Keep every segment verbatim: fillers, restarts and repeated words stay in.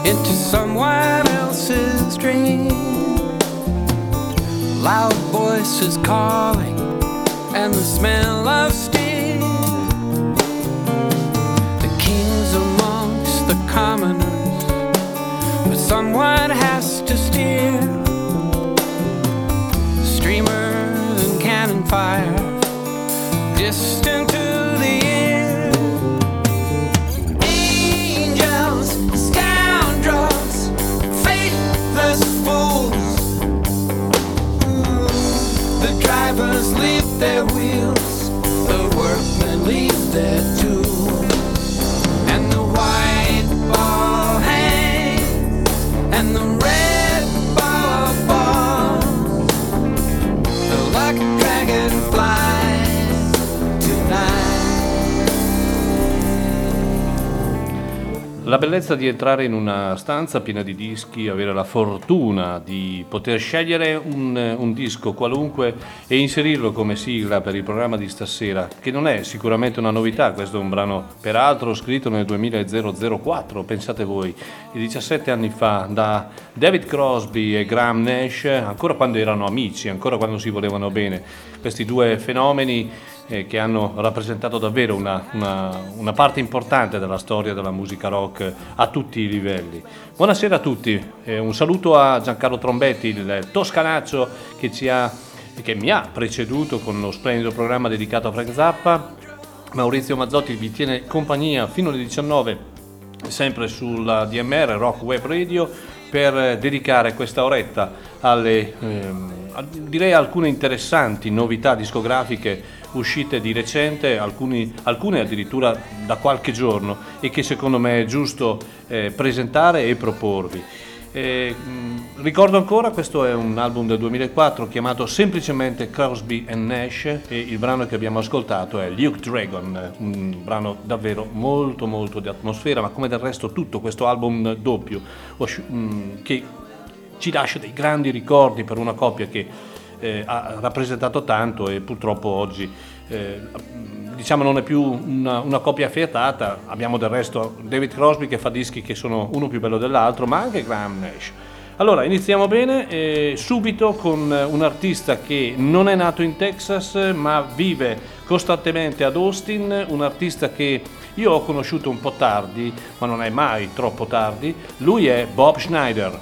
into someone else's dream. Loud voices calling and the smell of steel. The kings amongst the commoners, but someone has to steer. Streamers and cannon fire, distant to the ear. Angels, scoundrels, faithless fools. The drivers leave their wheels, the workmen leave their tools, and the white ball hangs, and the red ball falls. The luck dragon flies tonight. La bellezza di entrare in una stanza piena di dischi, avere la fortuna di poter scegliere un, un disco qualunque e inserirlo come sigla per il programma di stasera, che non è sicuramente una novità. Questo è un brano peraltro scritto nel duemilaquattro, pensate voi, diciassette anni fa, da David Crosby e Graham Nash, ancora quando erano amici, ancora quando si volevano bene. Questi due fenomeni Eh, che hanno rappresentato davvero una, una, una parte importante della storia della musica rock a tutti i livelli. Buonasera a tutti, eh, un saluto a Giancarlo Trombetti, il toscanaccio che, ci ha, che mi ha preceduto con lo splendido programma dedicato a Frank Zappa. Maurizio Mazzotti vi tiene compagnia fino alle diciannove, sempre sulla D M R Rock Web Radio, per dedicare questa oretta alle, ehm, direi alcune interessanti novità discografiche uscite di recente, alcuni, alcune addirittura da qualche giorno, e che secondo me è giusto eh, presentare e proporvi. Eh, mh, ricordo ancora, questo è un album del duemilaquattro chiamato semplicemente Crosby and Nash, e il brano che abbiamo ascoltato è Luke Dragon, un brano davvero molto molto di atmosfera, ma come del resto tutto questo album doppio mh, che ci lascia dei grandi ricordi per una coppia che eh, ha rappresentato tanto e purtroppo oggi eh, diciamo non è più una, una coppia affiatata. Abbiamo del resto David Crosby che fa dischi che sono uno più bello dell'altro, ma anche Graham Nash. Allora iniziamo bene, eh, subito con un artista che non è nato in Texas ma vive costantemente ad Austin, un artista che io ho conosciuto un po' tardi, ma non è mai troppo tardi. Lui è Bob Schneider.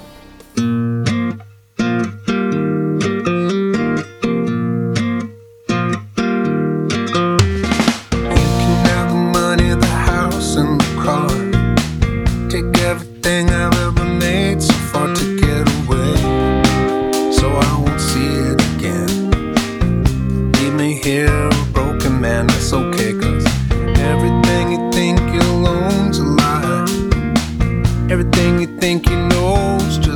Everything you think you know's just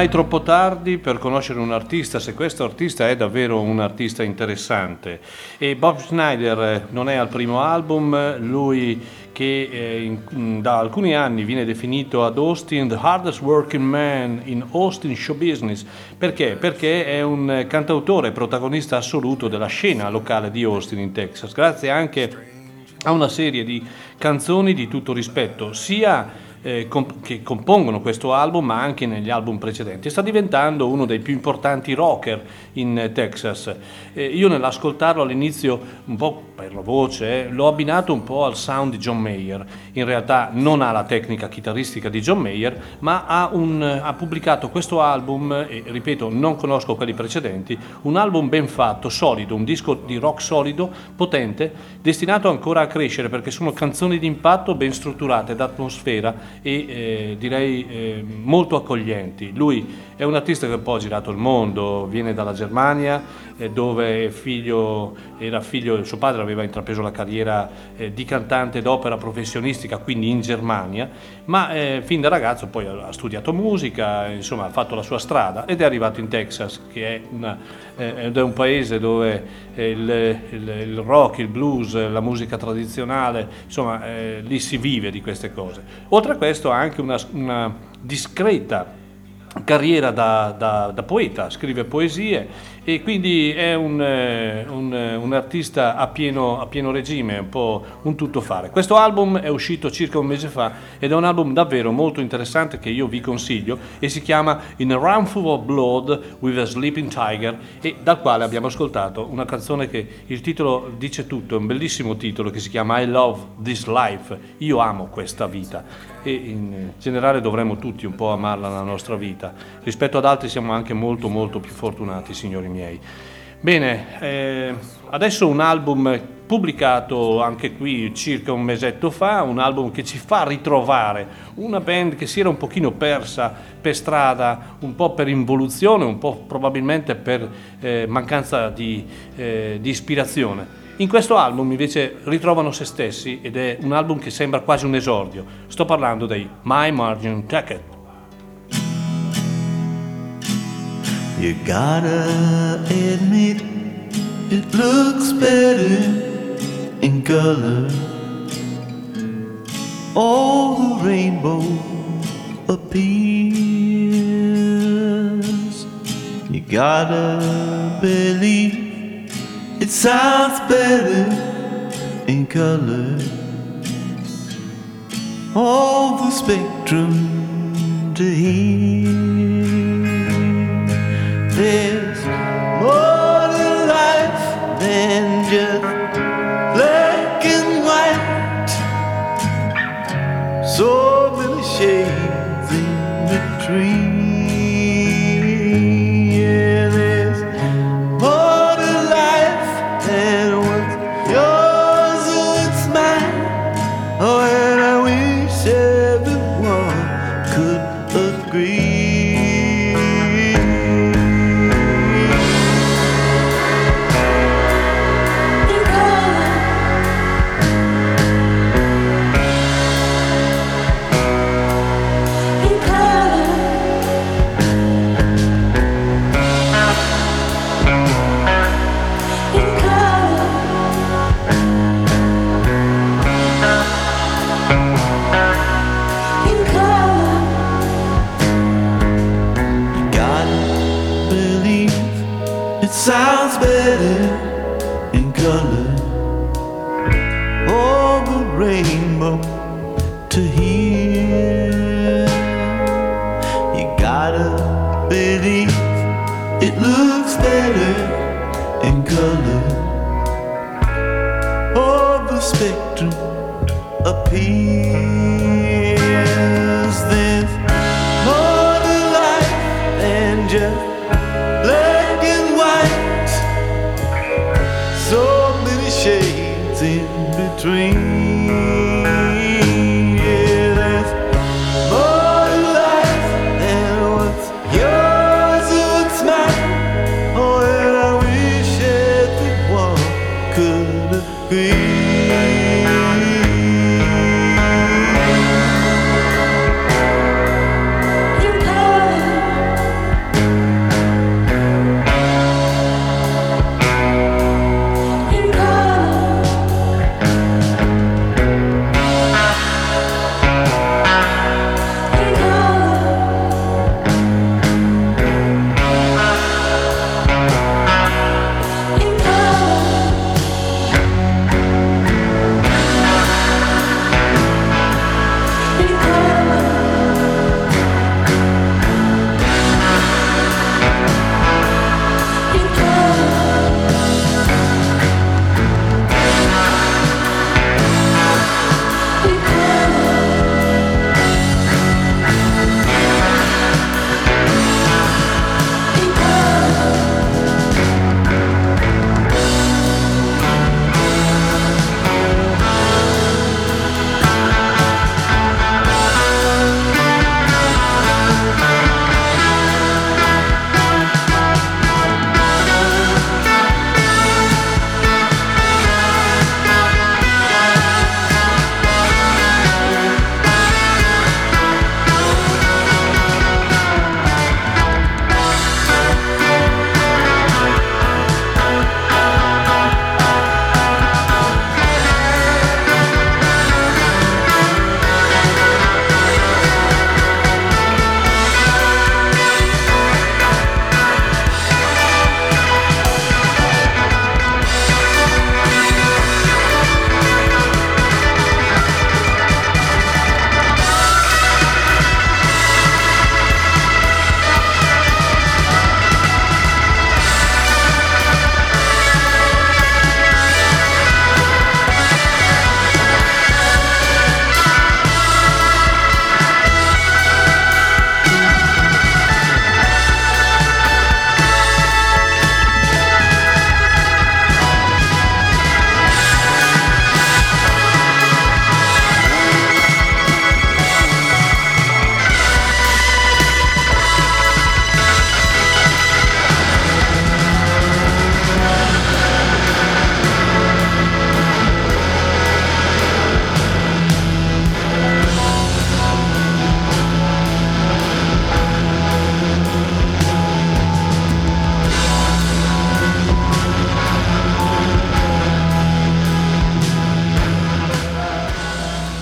mai troppo tardi per conoscere un artista, se questo artista è davvero un artista interessante. E Bob Schneider non è al primo album, lui che eh, in, da alcuni anni viene definito ad Austin the hardest working man in Austin show business. Perché? Perché è un cantautore protagonista assoluto della scena locale di Austin in Texas, grazie anche a una serie di canzoni di tutto rispetto, sia Eh, comp- che compongono questo album ma anche negli album precedenti. Sta diventando uno dei più importanti rocker in eh, Texas. Eh, io nell'ascoltarlo all'inizio, un po' per la voce, eh, l'ho abbinato un po' al sound di John Mayer. In realtà non ha la tecnica chitarristica di John Mayer, ma ha, un, ha pubblicato questo album, e ripeto, non conosco quelli precedenti, un album ben fatto, solido, un disco di rock solido, potente, destinato ancora a crescere perché sono canzoni di impatto ben strutturate, d'atmosfera e eh, direi eh, molto accoglienti. Lui è un artista che poi ha girato il mondo, viene dalla Germania eh, dove figlio, era figlio, suo padre aveva intrapreso la carriera eh, di cantante d'opera professionistica, quindi in Germania, ma eh, fin da ragazzo poi ha studiato musica, insomma ha fatto la sua strada ed è arrivato in Texas, che è, una, eh, è un paese dove eh, il, il, il rock, il blues, la musica tradizionale, insomma eh, lì si vive di queste cose. Oltre a questo ha anche una, una discreta carriera da, da, da poeta, scrive poesie e quindi è un, un, un artista a pieno, a pieno regime, un po' un tuttofare. Questo album è uscito circa un mese fa ed è un album davvero molto interessante che io vi consiglio e si chiama In a Roomful of Blood with a Sleeping Tiger, e dal quale abbiamo ascoltato una canzone che il titolo dice tutto, è un bellissimo titolo che si chiama I Love This Life, io amo questa vita, e in generale dovremmo tutti un po' amarla nella nostra vita. Rispetto ad altri siamo anche molto molto più fortunati, signori miei. Bene, eh, adesso un album pubblicato anche qui circa un mesetto fa, un album che ci fa ritrovare una band che si era un pochino persa per strada, un po' per involuzione, un po' probabilmente per eh, mancanza di, eh, di ispirazione. In questo album invece ritrovano se stessi ed è un album che sembra quasi un esordio. Sto parlando dei My Marching Jacket. You gotta admit it looks better in color. All the rainbow appears. You gotta believe it sounds better in color. All the spectrum to hear. There's more to life than just black and white. So many shades in between. Yeah, there's more to life than what's yours or what's mine. Oh, and I wish everyone could agree. Sounds better in color. Oh, the rainbow to hear. You gotta believe it looks better in color. Oh, the spectrum appears. There's more to life than just black and white, so many shades in between. Yeah, there's more to life than what's yours or what's mine. Oh, and I wish everyone could agree.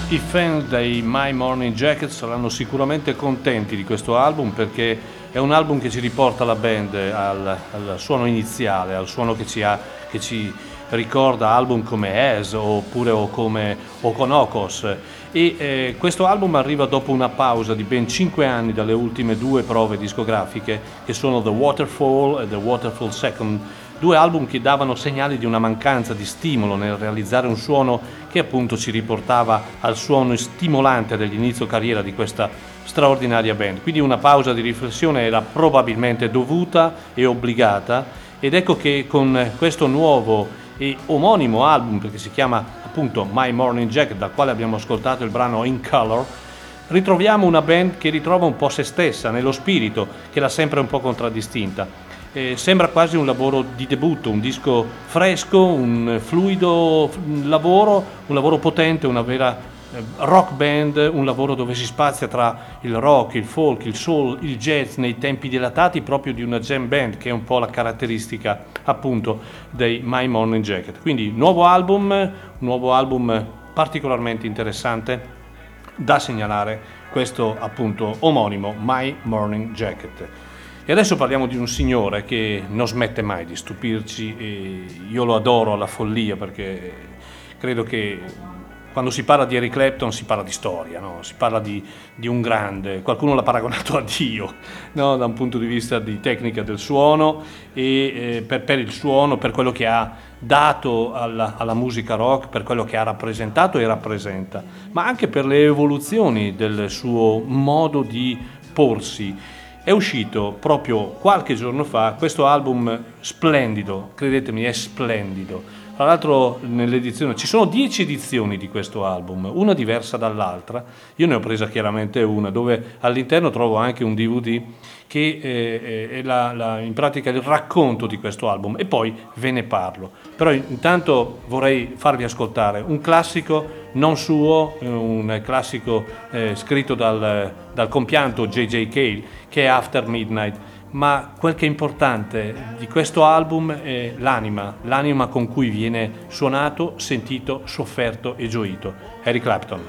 I fan dei My Morning Jacket saranno sicuramente contenti di questo album, perché è un album che ci riporta la band al, al suono iniziale, al suono che ci, ha, che ci ricorda album come As oppure o come Okonokos. E eh, questo album arriva dopo una pausa di ben cinque anni dalle ultime due prove discografiche, che sono The Waterfall e The Waterfall Second, due album che davano segnali di una mancanza di stimolo nel realizzare un suono che appunto ci riportava al suono stimolante dell'inizio carriera di questa straordinaria band. Quindi una pausa di riflessione era probabilmente dovuta e obbligata, ed ecco che con questo nuovo e omonimo album, perché si chiama appunto My Morning Jacket, dal quale abbiamo ascoltato il brano In Color, ritroviamo una band che ritrova un po' se stessa nello spirito che l'ha sempre un po' contraddistinta. Eh, sembra quasi un lavoro di debutto, un disco fresco, un fluido lavoro, un lavoro potente, una vera eh, rock band, un lavoro dove si spazia tra il rock, il folk, il soul, il jazz nei tempi dilatati proprio di una jam band, che è un po' la caratteristica appunto dei My Morning Jacket. Quindi nuovo album, un nuovo album particolarmente interessante da segnalare, questo appunto omonimo My Morning Jacket. E adesso parliamo di un signore che non smette mai di stupirci, e io lo adoro alla follia, perché credo che quando si parla di Eric Clapton si parla di storia, no? Si parla di, di un grande, qualcuno l'ha paragonato a Dio, no? Da un punto di vista di tecnica del suono, e eh, per, per il suono, per quello che ha dato alla, alla musica rock, per quello che ha rappresentato e rappresenta, ma anche per le evoluzioni del suo modo di porsi. È uscito proprio qualche giorno fa questo album splendido, credetemi, è splendido. Tra l'altro nell'edizione ci sono dieci edizioni di questo album, una diversa dall'altra. Io ne ho presa chiaramente una, dove all'interno trovo anche un D V D che eh, è la, la, in pratica il racconto di questo album, e poi ve ne parlo. Però intanto vorrei farvi ascoltare un classico non suo, un classico eh, scritto dal, dal compianto J J Cale, che è After Midnight. Ma quel che è importante di questo album è l'anima, l'anima con cui viene suonato, sentito, sofferto e gioito. Eric Clapton.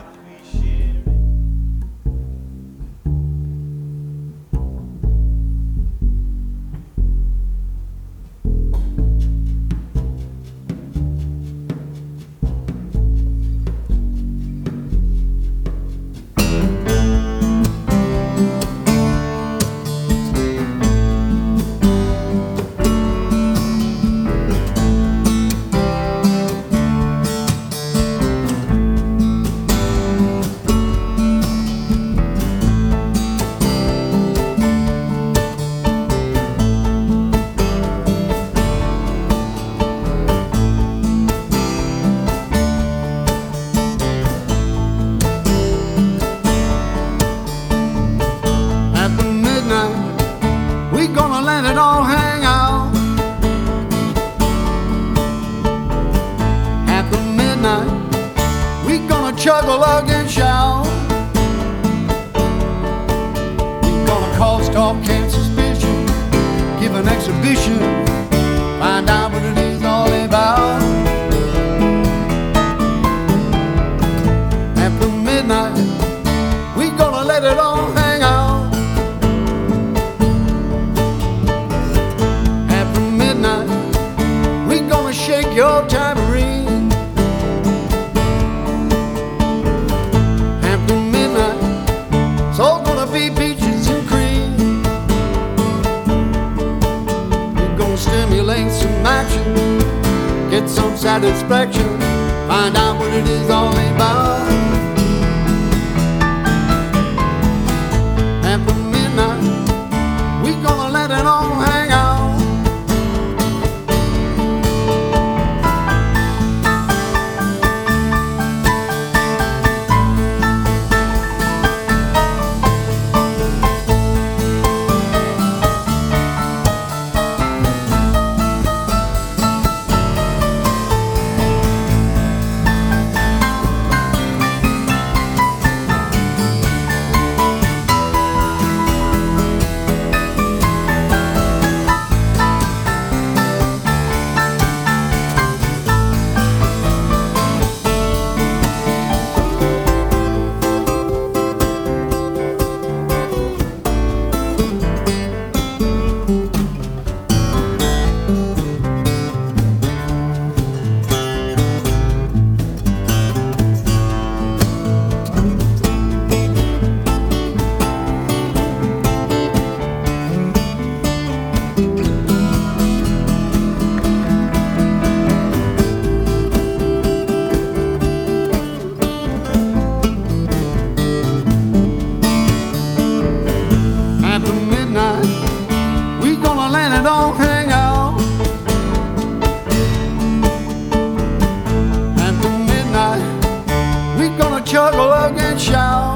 struggle against y'all.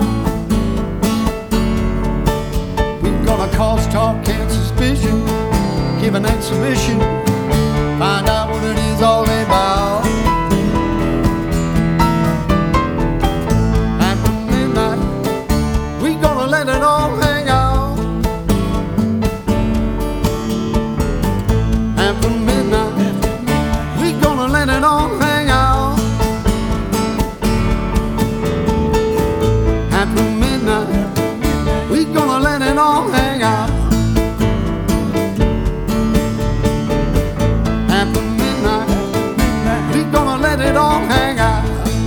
We're gonna cause talk and suspicion, give an exhibition, find out what it is all about. After midnight, we're gonna let it all hang out. After midnight, we're gonna let it all hang out. After midnight, we're gonna let it all hang out. After midnight, we're gonna let it all hang out.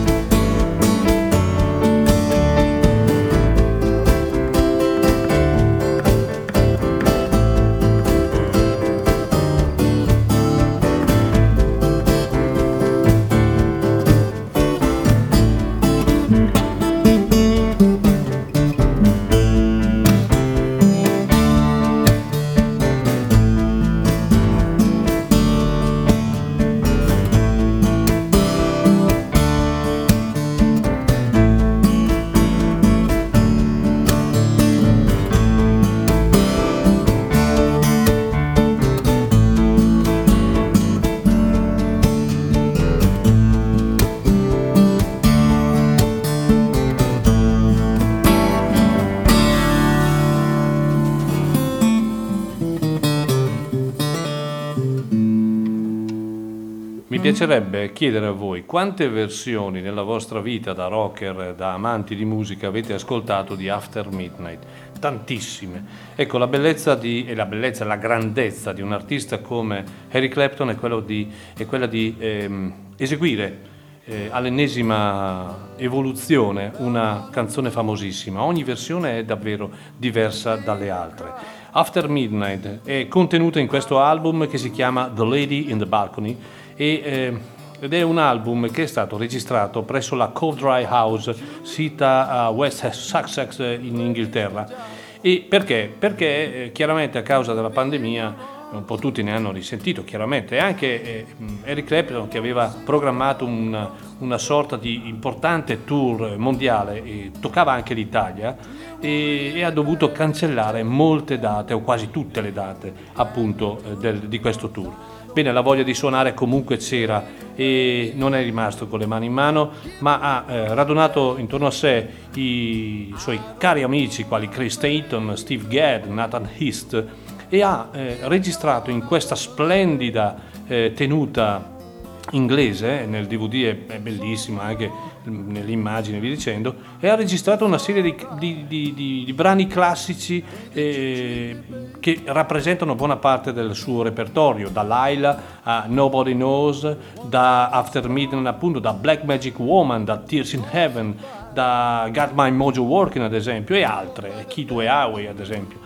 Mi piacerebbe chiedere a voi quante versioni nella vostra vita da rocker, da amanti di musica avete ascoltato di After Midnight. Tantissime. Ecco, la bellezza di, e la bellezza, la grandezza di un artista come Eric Clapton è, quello di, è quella di ehm, eseguire eh, all'ennesima evoluzione una canzone famosissima. Ogni versione è davvero diversa dalle altre. After Midnight è contenuta in questo album che si chiama The Lady in the Balcony e, eh, ed è un album che è stato registrato presso la Cove Dry House, sita a West Sussex in Inghilterra. E perché? Perché eh, chiaramente a causa della pandemia un po' tutti ne hanno risentito, chiaramente, e anche eh, Eric Clapton, che aveva programmato una, una sorta di importante tour mondiale e toccava anche l'Italia, e, e ha dovuto cancellare molte date o quasi tutte le date appunto eh, del, di questo tour. Bene, la voglia di suonare comunque c'era e non è rimasto con le mani in mano, ma ha eh, radunato intorno a sé i, i suoi cari amici quali Chris Staton, Steve Gadd, Nathan East, e ha eh, registrato in questa splendida eh, tenuta inglese, nel D V D è, è bellissima anche nelle immagini, vi dicendo, e ha registrato una serie di, di, di, di, di brani classici eh, che rappresentano buona parte del suo repertorio, da Laila a Nobody Knows, da After Midnight appunto, da Black Magic Woman, da Tears in Heaven, da Got My Mojo Working ad esempio, e altre, Kidway Highway ad esempio.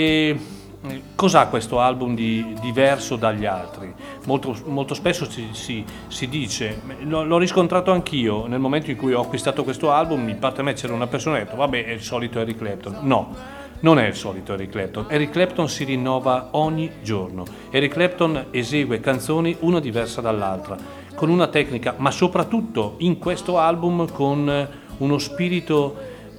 E cos'ha questo album di diverso dagli altri? Molto, molto spesso si, si, si dice, l'ho, l'ho riscontrato anch'io nel momento in cui ho acquistato questo album, in parte a me c'era una persona che ha detto vabbè è il solito Eric Clapton. No, non è il solito Eric Clapton. Eric Clapton si rinnova ogni giorno. Eric Clapton esegue canzoni una diversa dall'altra, con una tecnica, ma soprattutto in questo album con uno spirito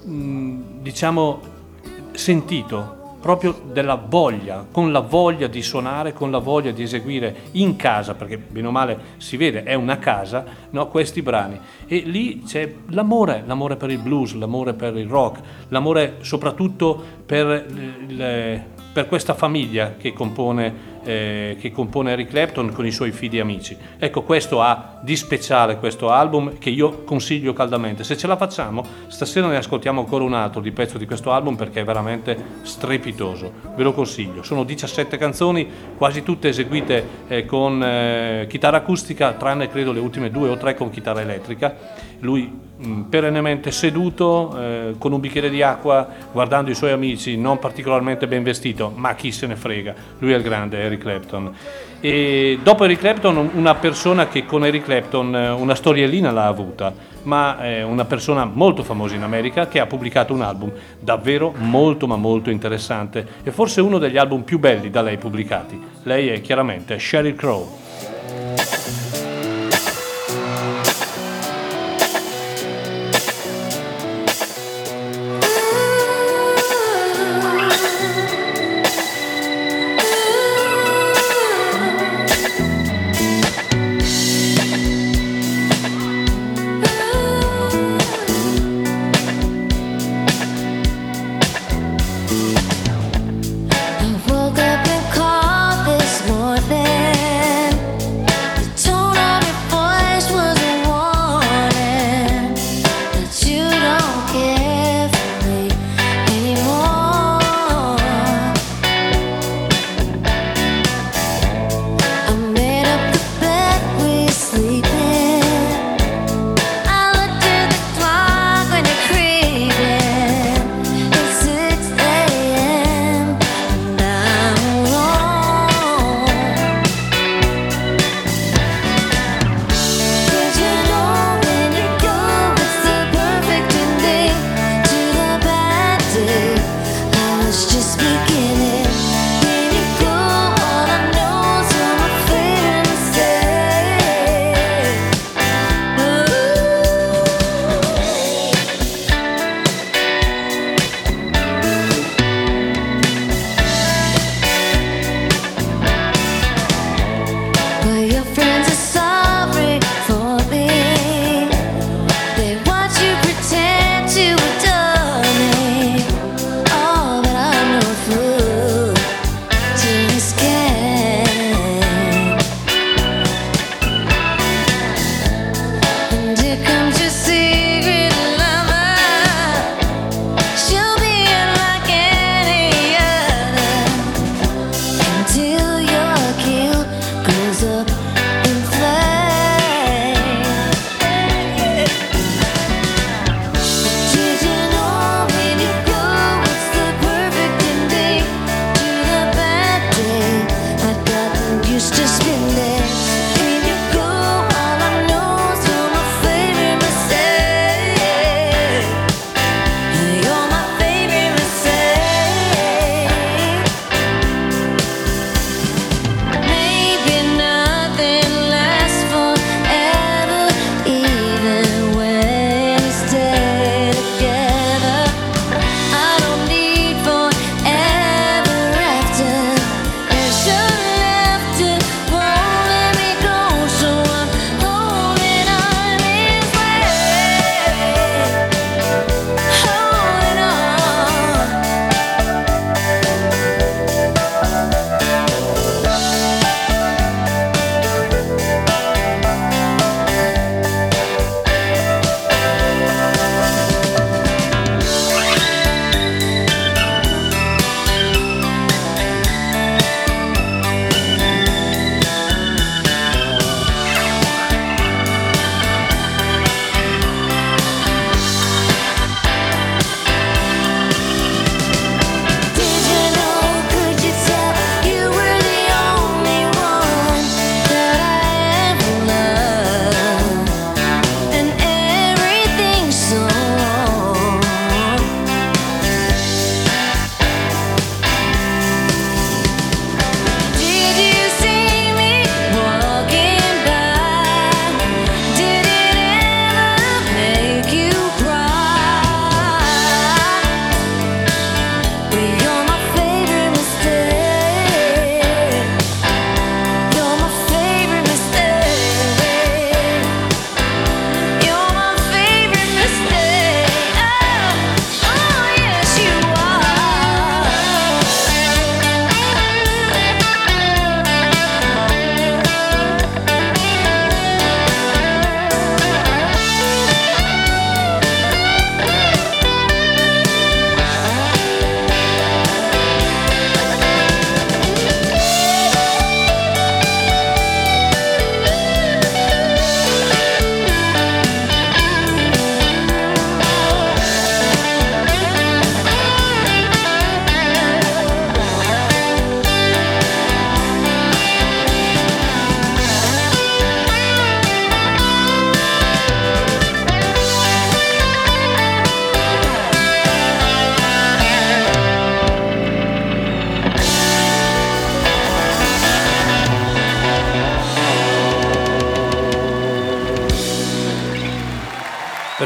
diciamo sentito, proprio della voglia, con la voglia di suonare, con la voglia di eseguire in casa, perché bene o male si vede, è una casa, no, questi brani. E lì c'è l'amore, l'amore per il blues, l'amore per il rock, l'amore soprattutto per, il, per questa famiglia che compone, eh, che compone Eric Clapton con i suoi fidi amici. Ecco, questo ha di speciale questo album che io consiglio caldamente. Se ce la facciamo, stasera ne ascoltiamo ancora un altro di pezzo di questo album perché è veramente strepitoso, ve lo consiglio. Sono diciassette canzoni, quasi tutte eseguite eh, con eh, chitarra acustica, tranne credo le ultime due o tre con chitarra elettrica. Lui mh, perennemente seduto eh, con un bicchiere di acqua, guardando i suoi amici, non particolarmente ben vestito, ma chi se ne frega, lui è il grande Eric Clapton. E dopo Eric Clapton una persona che con Eric Clapton una storiellina l'ha avuta, ma è una persona molto famosa in America che ha pubblicato un album davvero molto ma molto interessante e forse uno degli album più belli da lei pubblicati. Lei è chiaramente Sheryl Crow.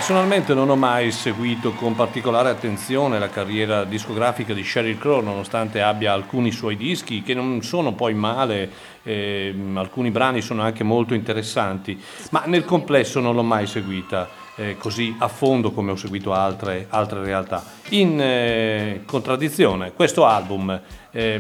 Personalmente non ho mai seguito con particolare attenzione la carriera discografica di Sheryl Crow, nonostante abbia alcuni suoi dischi che non sono poi male, eh, alcuni brani sono anche molto interessanti, ma nel complesso non l'ho mai seguita eh, così a fondo come ho seguito altre, altre realtà. In eh, contraddizione, questo album eh,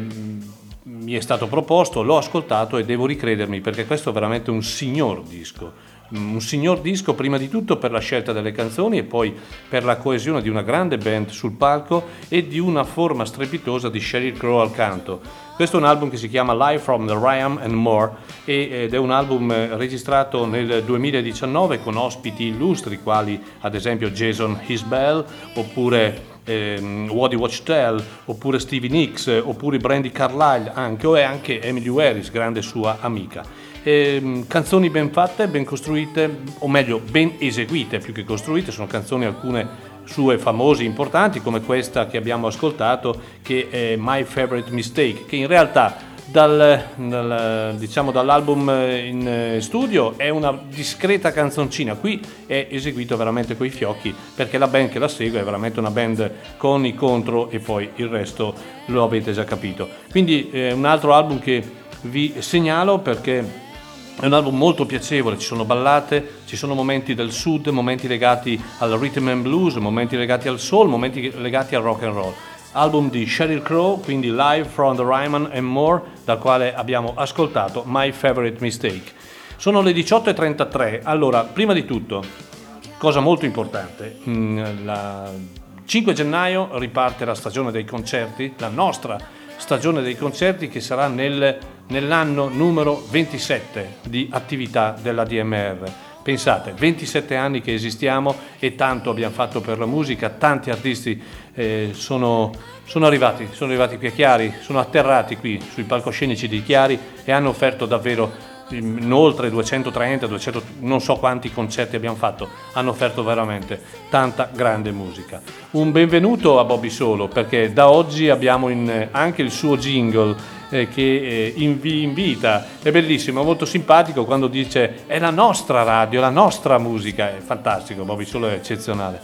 mi è stato proposto, l'ho ascoltato e devo ricredermi, perché questo è veramente un signor disco. Un signor disco prima di tutto per la scelta delle canzoni e poi per la coesione di una grande band sul palco e di una forma strepitosa di Sheryl Crow al canto. Questo è un album che si chiama Live from the Rhyme and More ed è un album registrato nel duemiladiciannove con ospiti illustri quali ad esempio Jason Isbell oppure ehm, Waddy Wachtel oppure Stevie Nicks oppure Brandi Carlile anche o è anche Emily Harris, grande sua amica. Eh, canzoni ben fatte, ben costruite, o meglio ben eseguite più che costruite, sono canzoni alcune sue famose, importanti, come questa che abbiamo ascoltato, che è My Favorite Mistake, che in realtà dal, dal, diciamo dall'album in studio è una discreta canzoncina, qui è eseguito veramente coi fiocchi, perché la band che la segue è veramente una band con i contro e poi il resto lo avete già capito. Quindi è un altro album che vi segnalo perché è un album molto piacevole, ci sono ballate, ci sono momenti del sud, momenti legati al rhythm and blues, momenti legati al soul, momenti legati al rock and roll. Album di Sheryl Crow, quindi Live from the Rhyme and More, dal quale abbiamo ascoltato My Favorite Mistake. Sono le diciotto e trentatré, allora, prima di tutto, cosa molto importante, il cinque gennaio riparte la stagione dei concerti, la nostra stagione dei concerti che sarà nel, nell'anno numero ventisette di attività della D M R. Pensate, ventisette anni che esistiamo e tanto abbiamo fatto per la musica, tanti artisti eh, sono, sono arrivati, sono arrivati qui a Chiari, sono atterrati qui sui palcoscenici di Chiari e hanno offerto davvero in oltre duecentotrenta, duecento, non so quanti concerti abbiamo fatto, hanno offerto veramente tanta grande musica. Un benvenuto a Bobby Solo, perché da oggi abbiamo in, anche il suo jingle eh, che eh, vi invita, è bellissimo, è molto simpatico quando dice è la nostra radio, la nostra musica, è fantastico, Bobby Solo è eccezionale.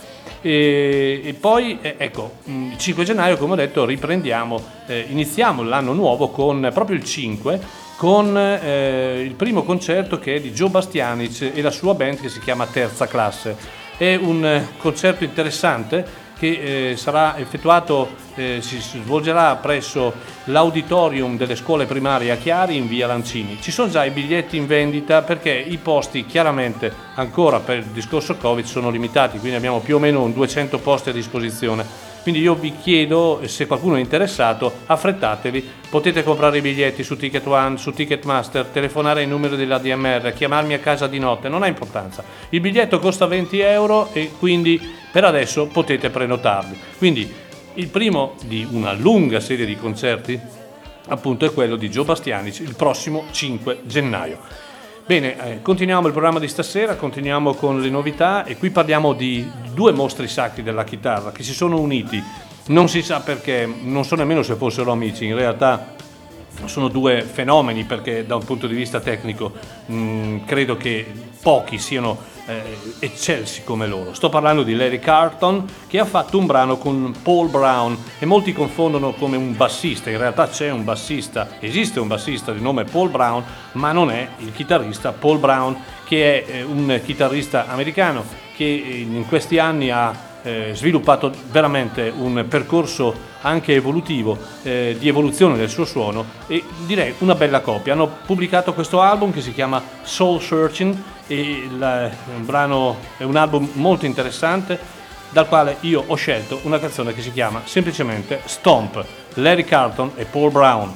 E, e poi eh, ecco, il cinque gennaio, come ho detto, riprendiamo, eh, iniziamo l'anno nuovo con proprio il cinque, con eh, il primo concerto che è di Joe Bastianic e la sua band che si chiama Terza Classe. È un eh, concerto interessante che eh, sarà effettuato, eh, si svolgerà presso l'auditorium delle scuole primarie a Chiari in via Lancini. Ci sono già i biglietti in vendita perché i posti chiaramente ancora per il discorso Covid sono limitati, quindi abbiamo più o meno un duecento posti a disposizione. Quindi io vi chiedo, se qualcuno è interessato, affrettatevi, potete comprare i biglietti su Ticket One, su Ticketmaster, telefonare ai numeri della D M R, chiamarmi a casa di notte, non ha importanza. Il biglietto costa venti euro e quindi per adesso potete prenotarli. Quindi il primo di una lunga serie di concerti appunto è quello di Joe Bastianic il prossimo cinque gennaio. Bene, eh, continuiamo il programma di stasera, continuiamo con le novità e qui parliamo di due mostri sacri della chitarra che si sono uniti, non si sa perché, non so nemmeno se fossero amici, in realtà sono due fenomeni perché da un punto di vista tecnico mh, credo che pochi siano eh, eccelsi come loro. Sto parlando di Larry Carlton che ha fatto un brano con Paul Brown e molti confondono come un bassista, in realtà c'è un bassista, esiste un bassista di nome Paul Brown, ma non è il chitarrista Paul Brown, che è eh, un chitarrista americano che in questi anni ha Eh, sviluppato veramente un percorso anche evolutivo eh, di evoluzione del suo suono e direi una bella coppia. Hanno pubblicato questo album che si chiama Soul Searching e il, è un brano è un album molto interessante dal quale io ho scelto una canzone che si chiama semplicemente Stomp, Larry Carlton e Paul Brown.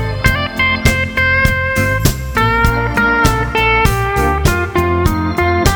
Thank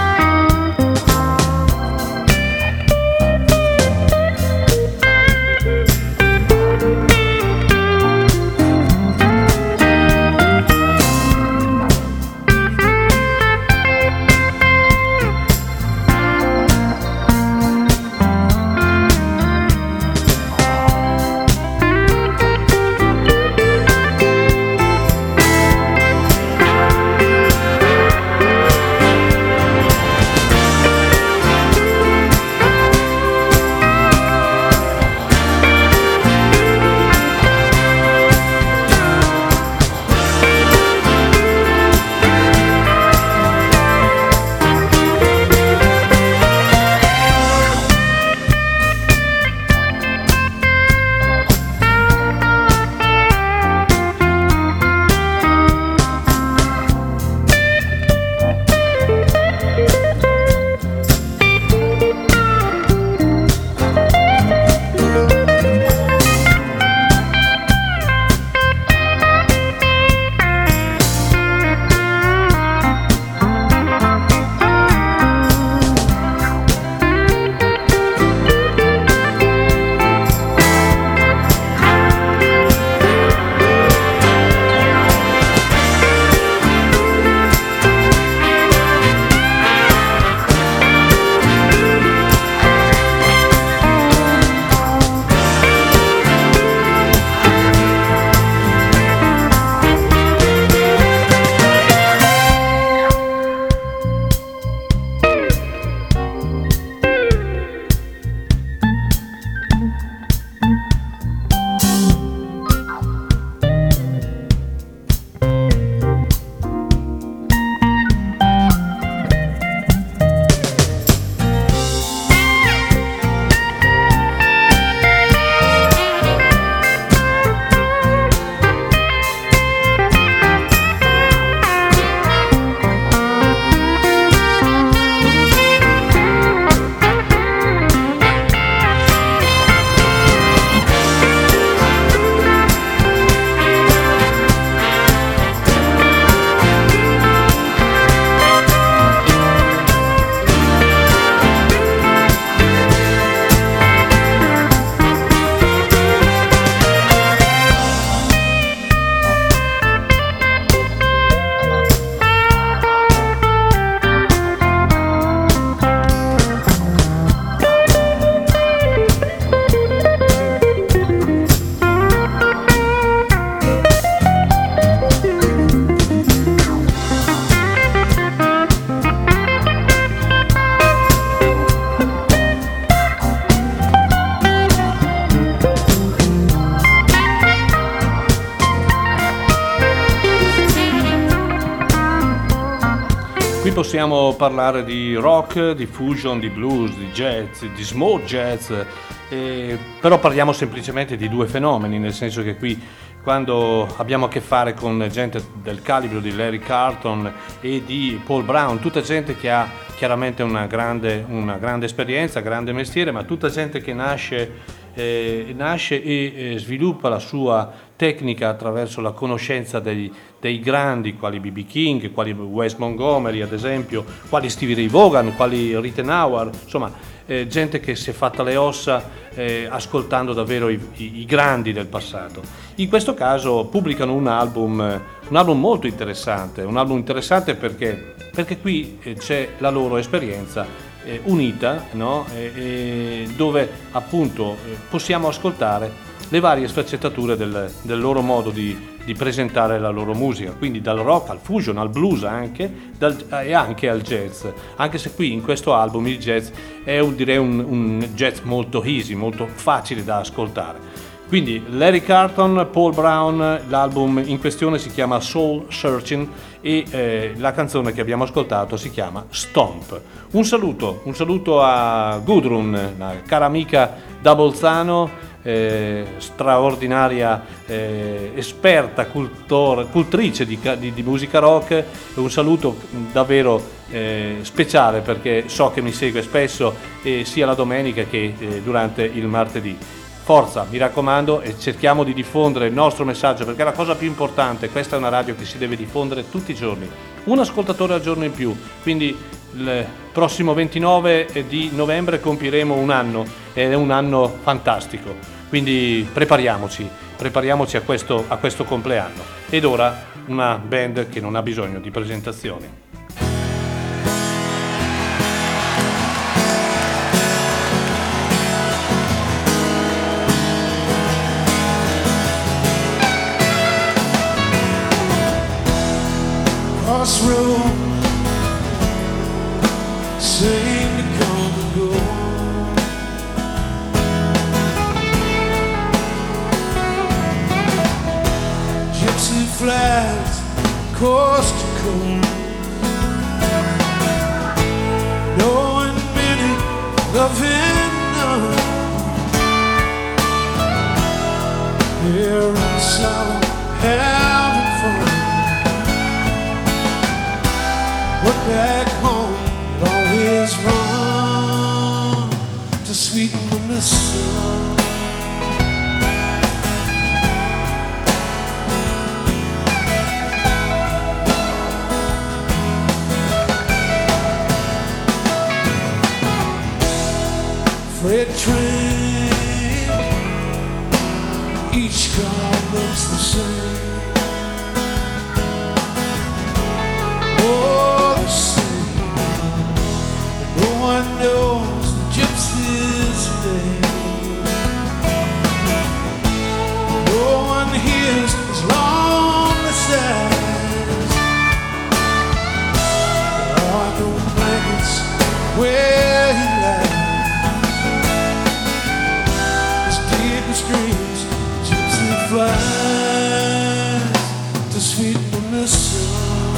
Qui possiamo parlare di rock, di fusion, di blues, di jazz, di smooth jazz, eh, però parliamo semplicemente di due fenomeni, nel senso che qui quando abbiamo a che fare con gente del calibro di Larry Carlton e di Paul Brown, tutta gente che ha chiaramente una grande, una grande esperienza, grande mestiere, ma tutta gente che nasce Eh, nasce e eh, sviluppa la sua tecnica attraverso la conoscenza dei, dei grandi, quali B B King, quali Wes Montgomery ad esempio, quali Stevie Ray Vaughan, quali Rittenauer, insomma eh, gente che si è fatta le ossa eh, ascoltando davvero i, i, i grandi del passato. In questo caso pubblicano un album, un album molto interessante, un album interessante perché, perché qui eh, c'è la loro esperienza Eh, unita, no? eh, eh, dove appunto eh, possiamo ascoltare le varie sfaccettature del, del loro modo di, di presentare la loro musica, quindi dal rock al fusion, al blues anche, dal, e anche al jazz, anche se qui in questo album il jazz è un, direi un, un jazz molto easy, molto facile da ascoltare. Quindi Larry Carlton, Paul Brown, l'album in questione si chiama Soul Searching e eh, la canzone che abbiamo ascoltato si chiama Stomp. Un saluto, un saluto a Gudrun, la cara amica da Bolzano, eh, straordinaria eh, esperta, cultor, cultrice di, di, di musica rock. Un saluto davvero eh, speciale perché so che mi segue spesso eh, sia la domenica che eh, durante il martedì. Forza, mi raccomando, e cerchiamo di diffondere il nostro messaggio perché è la cosa più importante. Questa è una radio che si deve diffondere tutti i giorni, un ascoltatore al giorno in più, quindi il prossimo ventinove di novembre compiremo un anno ed è un anno fantastico, quindi prepariamoci, prepariamoci a questo, a questo compleanno. Ed ora una band che non ha bisogno di presentazioni. Crossroad seem to come and go. Gypsy flags coast to coast. Knowing many, loving none. Here in silence, having fun. But back home, I'd always run to sweeten the sun. Freight train, each car looks the same. Oh, the same. No one knows the gypsy's name. No one hears his lonely sighs. There are no blankets where he lies. Screams, gypsy flies to sweeten the sun.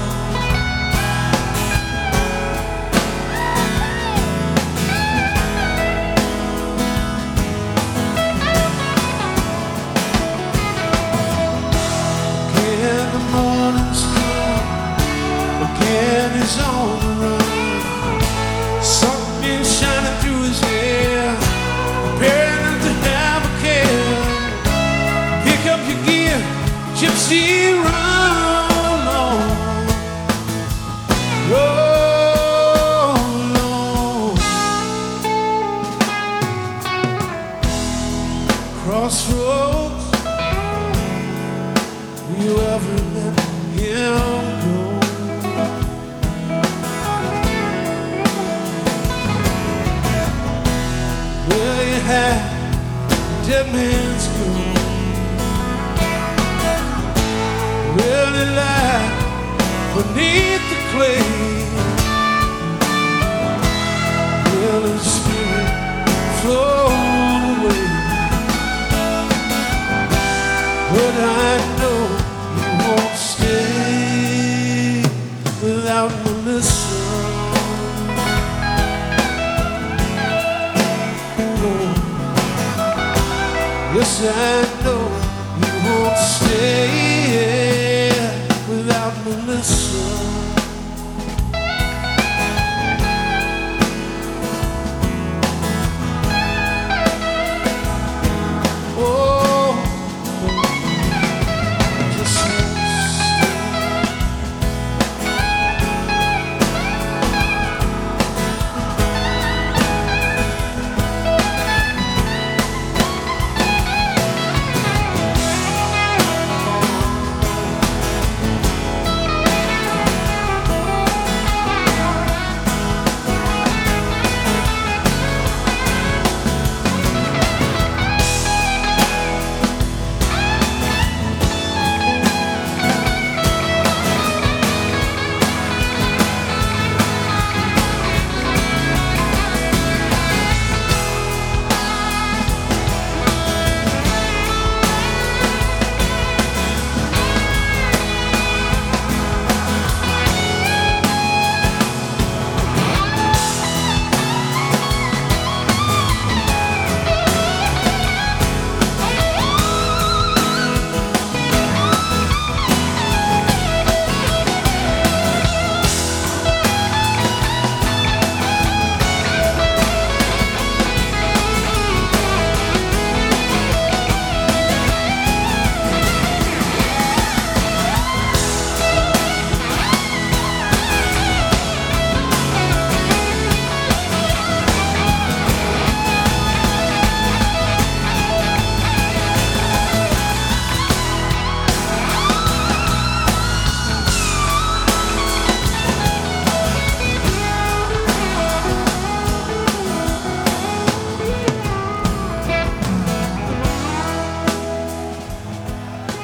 Again the morning's come, again he's on the run. Something shining through his hair, preparing to have a care. Pick up your gear, gypsy, run along. Roll along. Crossroads, will you ever let him go? Well, you have dead man's go. Well, he lie beneath the clay. Well, his spirit flown away. But I know he won't stay without Melissa.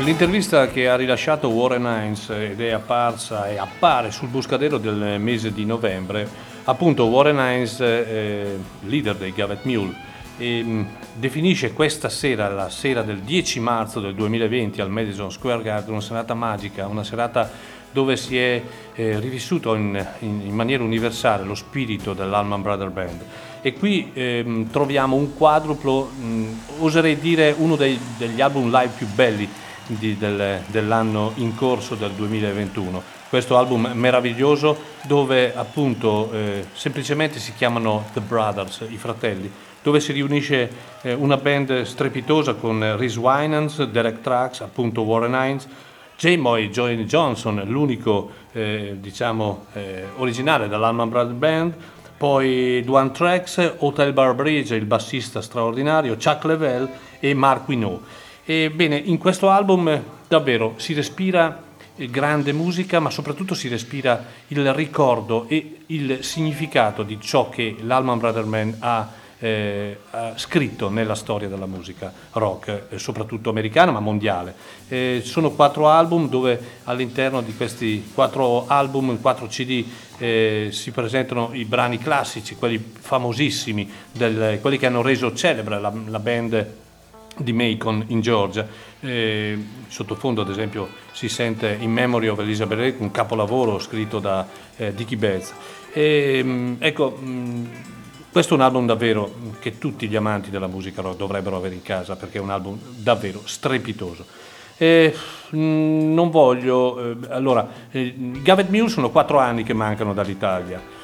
L'intervista che ha rilasciato Warren Hines ed è apparsa e appare sul Buscadero del mese di novembre, appunto Warren Hines, eh, leader dei Gavet Mule, e, mh, definisce questa sera, la sera del dieci marzo del duemilaventi al Madison Square Garden, una serata magica, una serata dove si è eh, rivissuto in, in, in maniera universale lo spirito dell'Allman Brothers Band. E qui ehm, troviamo un quadruplo, mh, oserei dire uno dei, degli album live più belli di, del, dell'anno in corso del duemilaventuno. Questo album meraviglioso dove appunto eh, semplicemente si chiamano The Brothers, i fratelli, dove si riunisce eh, una band strepitosa con Rhys Winans, Derek Trucks, appunto Warren Hines, J-Moy Johnny Johnson, l'unico eh, diciamo eh, originale dell'Allman Brothers Band, poi Duane Trex, Hotel Bar Bridge, il bassista straordinario, Chuck Leavell e Mark Winot. Ebbene, in questo album davvero si respira grande musica, ma soprattutto si respira il ricordo e il significato di ciò che l'Allman Brothers Band ha, eh, ha scritto nella storia della musica rock, eh, soprattutto americana ma mondiale. Eh, sono quattro album dove all'interno di questi quattro album, quattro C D, eh, si presentano i brani classici, quelli famosissimi, del, quelli che hanno reso celebre la, la band di Macon in Georgia. Eh, sottofondo ad esempio si sente In Memory of Elizabeth Lake, un capolavoro scritto da eh, Dickie Betts. E, mh, ecco, mh, questo è un album davvero che tutti gli amanti della musica rock dovrebbero avere in casa, perché è un album davvero strepitoso. Eh, mh, non voglio eh, allora eh, i Gavet Mule sono quattro anni che mancano dall'Italia.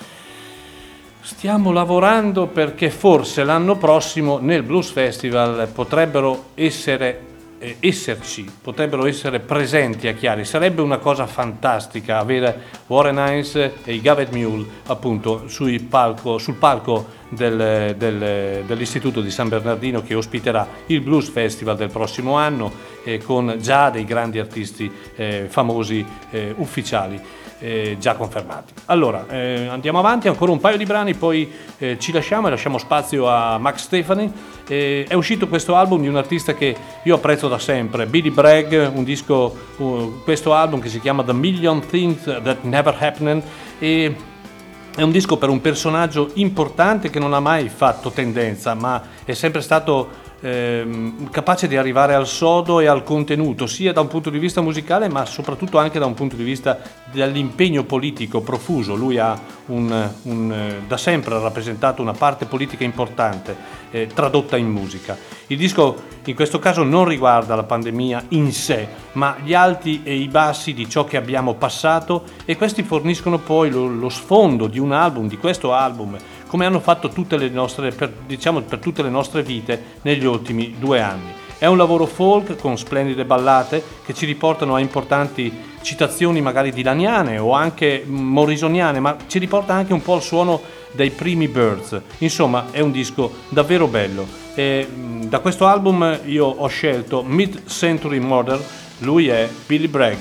Stiamo lavorando perché forse l'anno prossimo nel Blues Festival potrebbero essere eh, esserci, potrebbero essere presenti a Chiari. Sarebbe una cosa fantastica avere Warren Hines e i Gavet Mule appunto sui palco, sul palco del, del, dell'Istituto di San Bernardino, che ospiterà il Blues Festival del prossimo anno, eh, con già dei grandi artisti eh, famosi eh, ufficiali. Eh, già confermati. Allora eh, andiamo avanti, ancora un paio di brani, poi eh, ci lasciamo e lasciamo spazio a Max Stefani. Eh, è uscito questo album di un artista che io apprezzo da sempre, Billy Bragg, un disco, uh, questo album che si chiama The Million Things That Never Happened, e è un disco per un personaggio importante che non ha mai fatto tendenza, ma è sempre stato Ehm, capace di arrivare al sodo e al contenuto, sia da un punto di vista musicale ma soprattutto anche da un punto di vista dell'impegno politico profuso. Lui ha un, un, da sempre ha rappresentato una parte politica importante eh, tradotta in musica. Il disco in questo caso non riguarda la pandemia in sé, ma gli alti e i bassi di ciò che abbiamo passato, e questi forniscono poi lo, lo sfondo di un album, di questo album, come hanno fatto tutte le nostre, per, diciamo, per tutte le nostre vite negli ultimi due anni. È un lavoro folk con splendide ballate che ci riportano a importanti citazioni magari dilaniane o anche morrisoniane, ma ci riporta anche un po' al suono dei primi Birds. Insomma, è un disco davvero bello. E da questo album io ho scelto Mid-Century Murder, lui è Billy Bragg.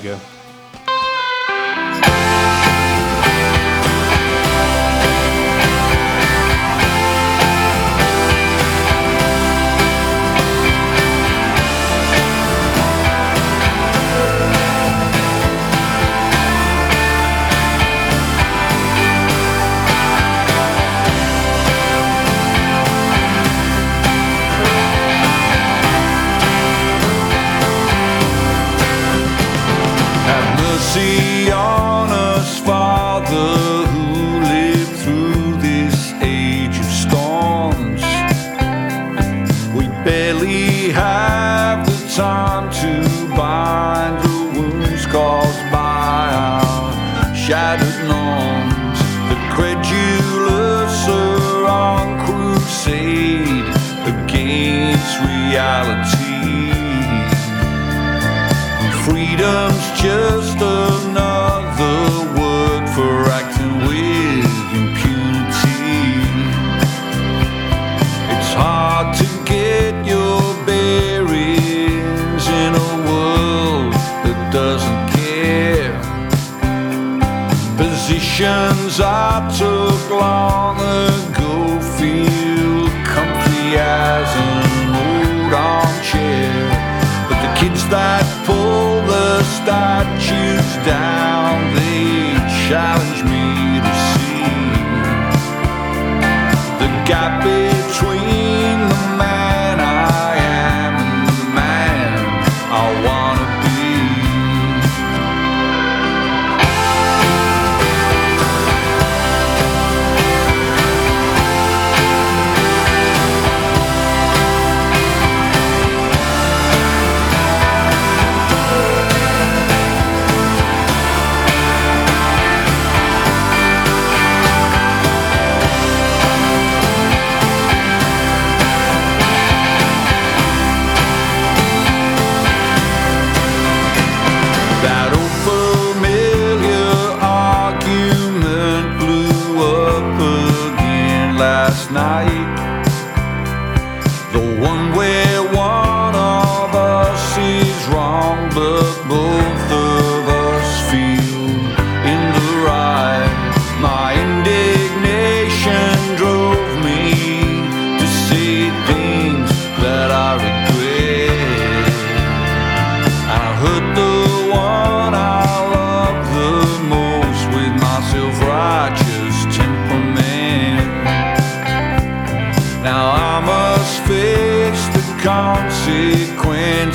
Time to bind the wounds caused by our shattered norms. The credulous are on crusade against reality. Freedom's just another word for acting with impunity. It's hard to get your bearings in a world that doesn't care. Positions I took long ago feel comfy as an old armchair, but the kids that pull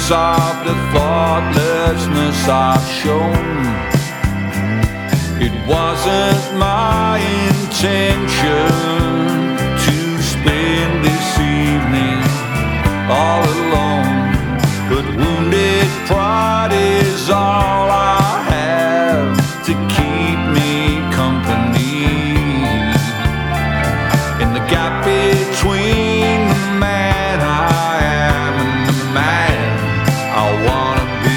evidence of the thoughtlessness I've shown. It wasn't my intention to spend this evening all alone, but wounded pride is all I have to keep me company. In the gap between the man I am and the man I wanna be.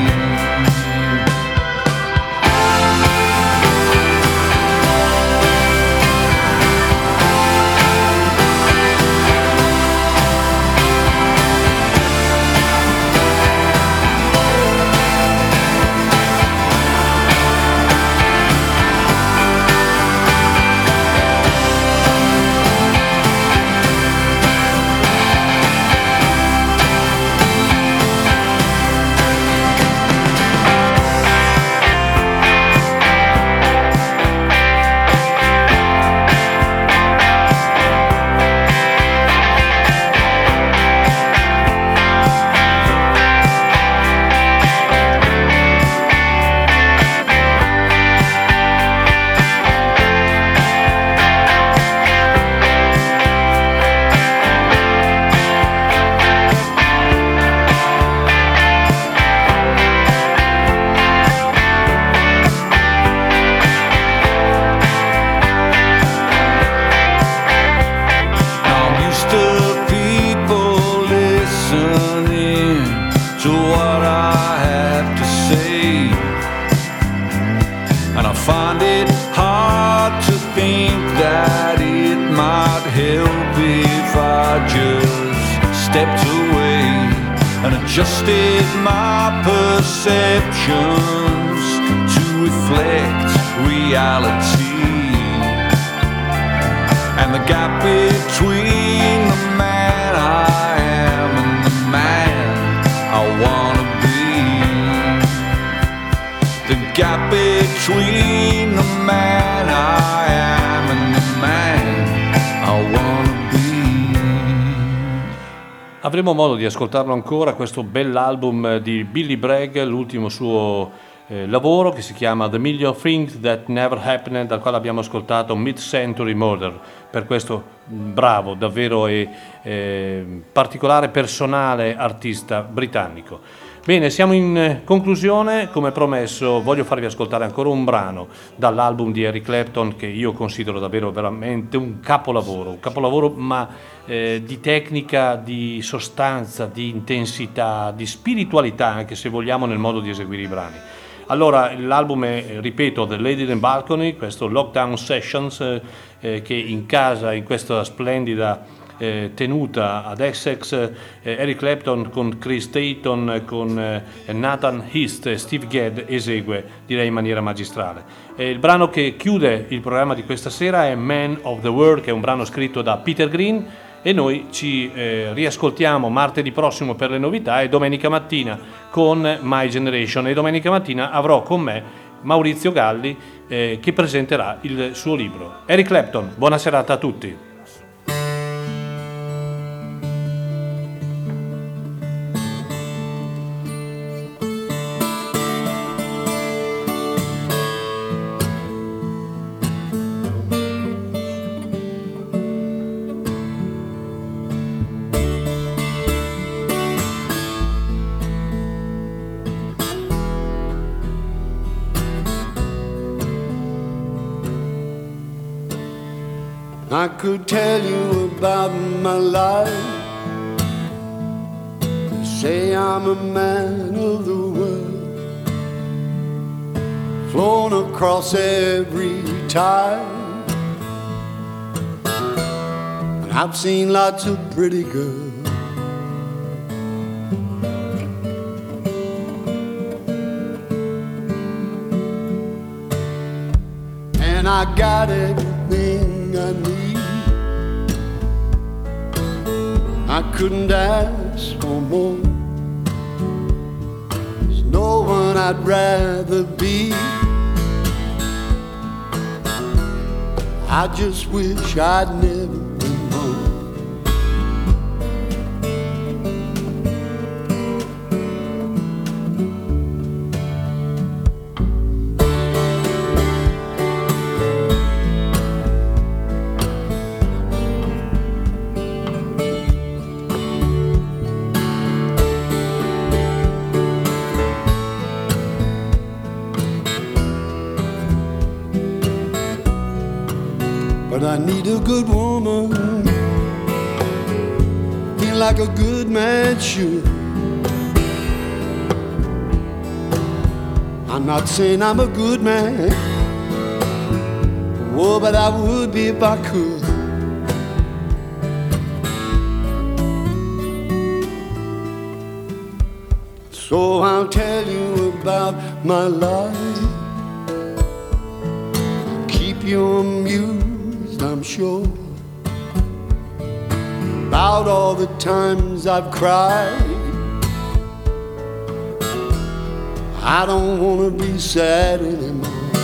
Adjusted my perceptions to reflect reality, and the gap between the man I am and the man I wanna be. The gap between the man I am and the man I wanna be. Avremo modo di ascoltarlo ancora, questo bell'album di Billy Bragg, l'ultimo suo eh, lavoro che si chiama The Million Things That Never Happened, dal quale abbiamo ascoltato Mid-Century Murder, per questo bravo, davvero e eh, particolare, personale artista britannico. Bene, siamo in conclusione. Come promesso voglio farvi ascoltare ancora un brano dall'album di Eric Clapton che io considero davvero veramente un capolavoro, un capolavoro ma eh, di tecnica, di sostanza, di intensità, di spiritualità, anche se vogliamo, nel modo di eseguire i brani. Allora, l'album è, ripeto, The Lady in the Balcony, questo Lockdown Sessions eh, che in casa, in questa splendida Eh, tenuta ad Essex, eh, Eric Clapton con Chris Stayton, con eh, Nathan East e Steve Gadd esegue, direi in maniera magistrale. Eh, il brano che chiude il programma di questa sera è Man of the World, che è un brano scritto da Peter Green, e noi ci eh, riascoltiamo martedì prossimo per le novità e domenica mattina con My Generation, e domenica mattina avrò con me Maurizio Galli eh, che presenterà il suo libro. Eric Clapton, buona serata a tutti. I could tell you about my life, say I'm a man of the world, flown across every tide, and I've seen lots of pretty girls. And I got everything I need. I couldn't ask for more. There's no one I'd rather be. I just wish I'd never been born. but I need a good woman, feel like a good man should. I'm not saying I'm a good man, oh, but I would be if I could. So I'll tell you about my life, keep you amused, I'm sure, about all the times I've cried. I don't wanna be sad anymore.